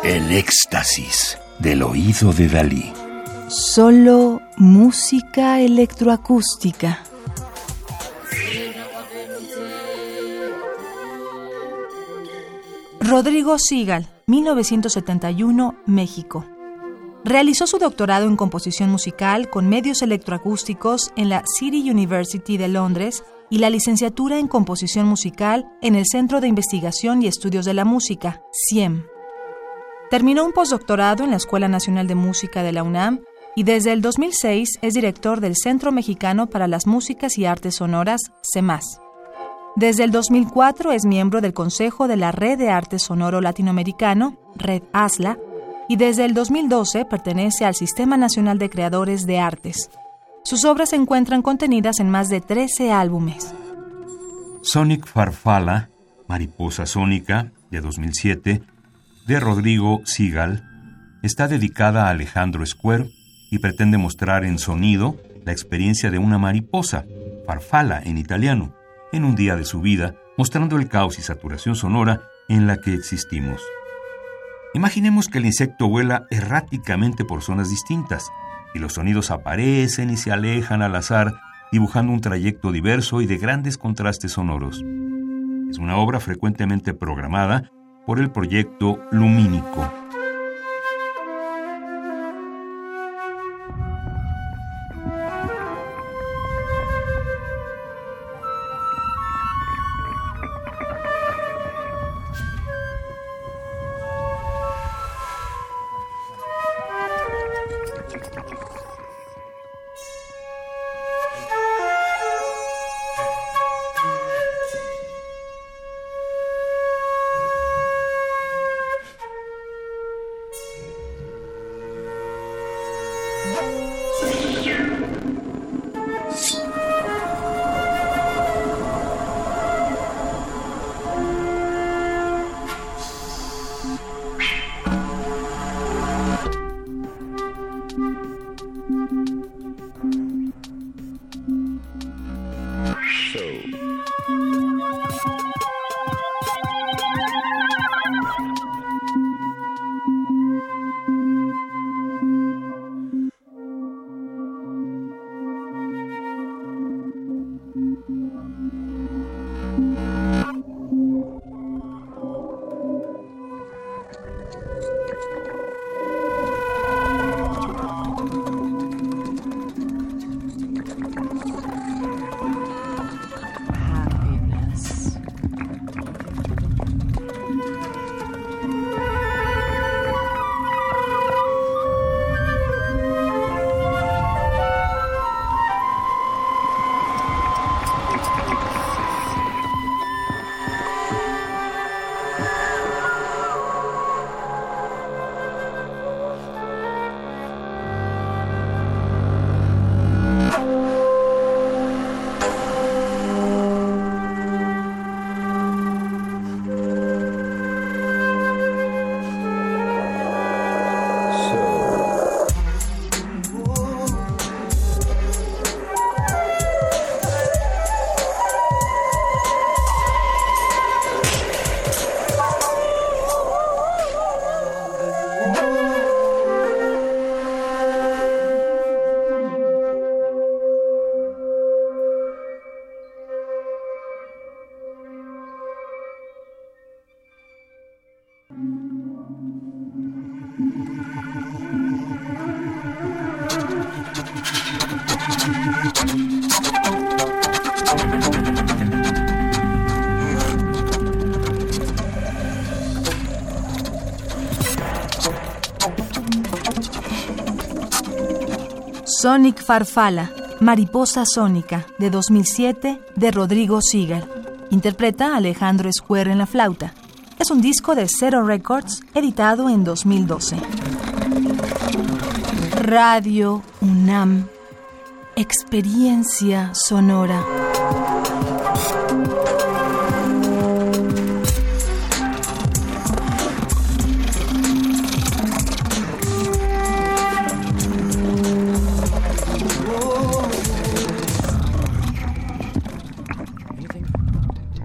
El éxtasis del oído de Dalí. Solo música electroacústica. Rodrigo Sigal, 1971, México. Realizó su doctorado en composición musical con medios electroacústicos en la City University de Londres y la licenciatura en composición musical en el Centro de Investigación y Estudios de la Música, CIEM. Terminó un postdoctorado en la Escuela Nacional de Música de la UNAM y desde el 2006 es director del Centro Mexicano para las Músicas y Artes Sonoras, CEMAS. Desde el 2004 es miembro del Consejo de la Red de Arte Sonoro Latinoamericano, Red ASLA, y desde el 2012 pertenece al Sistema Nacional de Creadores de Artes. Sus obras se encuentran contenidas en más de 13 álbumes. Sonic Farfalla, Mariposa Sónica, de 2007, de Rodrigo Sigal, está dedicada a Alejandro Square y pretende mostrar en sonido la experiencia de una mariposa, farfalla en italiano, en un día de su vida, mostrando el caos y saturación sonora en la que existimos. Imaginemos que el insecto vuela erráticamente por zonas distintas, y los sonidos aparecen y se alejan al azar, dibujando un trayecto diverso y de grandes contrastes sonoros. Es una obra frecuentemente programada por el proyecto Lumínico. Sonic Farfalla, Mariposa Sónica, de 2007, de Rodrigo Sigal. Interpreta a Alejandro Square en la flauta. Es un disco de Zero Records, editado en 2012. Radio UNAM. Experiencia sonora.